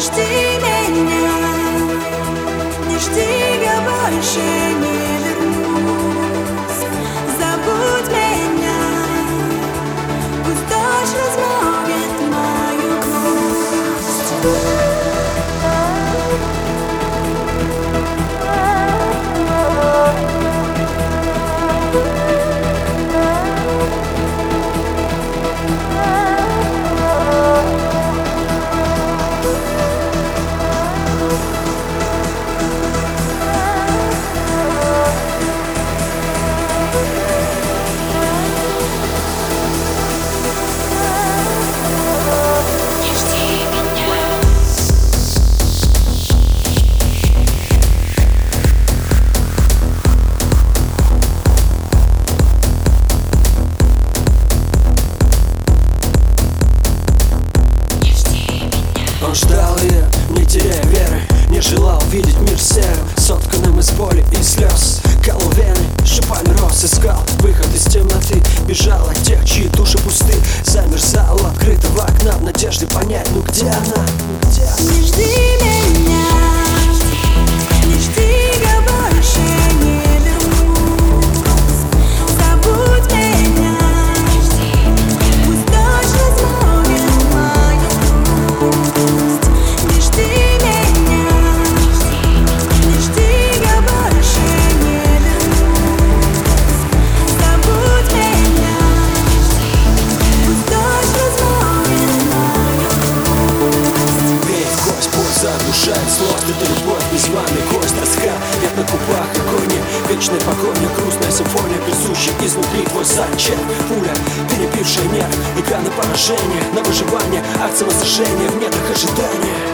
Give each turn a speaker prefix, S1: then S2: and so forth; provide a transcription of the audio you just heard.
S1: жди меня, не жди, я больше не вернусь. Забудь меня, пусть дождь размоет мою грусть.
S2: Он ждал ее, не теряя веры, не желал видеть мир серым, сотканным из боли и слез. Колол вены, шипами роз, искал выход из темноты, бежал от тех, чьи души пусты. Замерзал у открытого окна в надежде понять, ну где она, ну где она?
S1: Не жди меня, не жди, я больше не вернусь. Забудь меня, пусть дождь размоет мою грусть. Не жди меня, не жди, я больше не вернусь. Забудь меня, пусть дождь размоет мою грусть.
S2: Бей в кость, боль задушает злость. Это любовь, незваный гость, тоска. Нет на губах агония, вечная погоня, грустная симфония, везущая изнутри твой зачем. Пуля, перебившая нерв, игра на поражение, на выживание, акт самосожжения в недрах ожидания.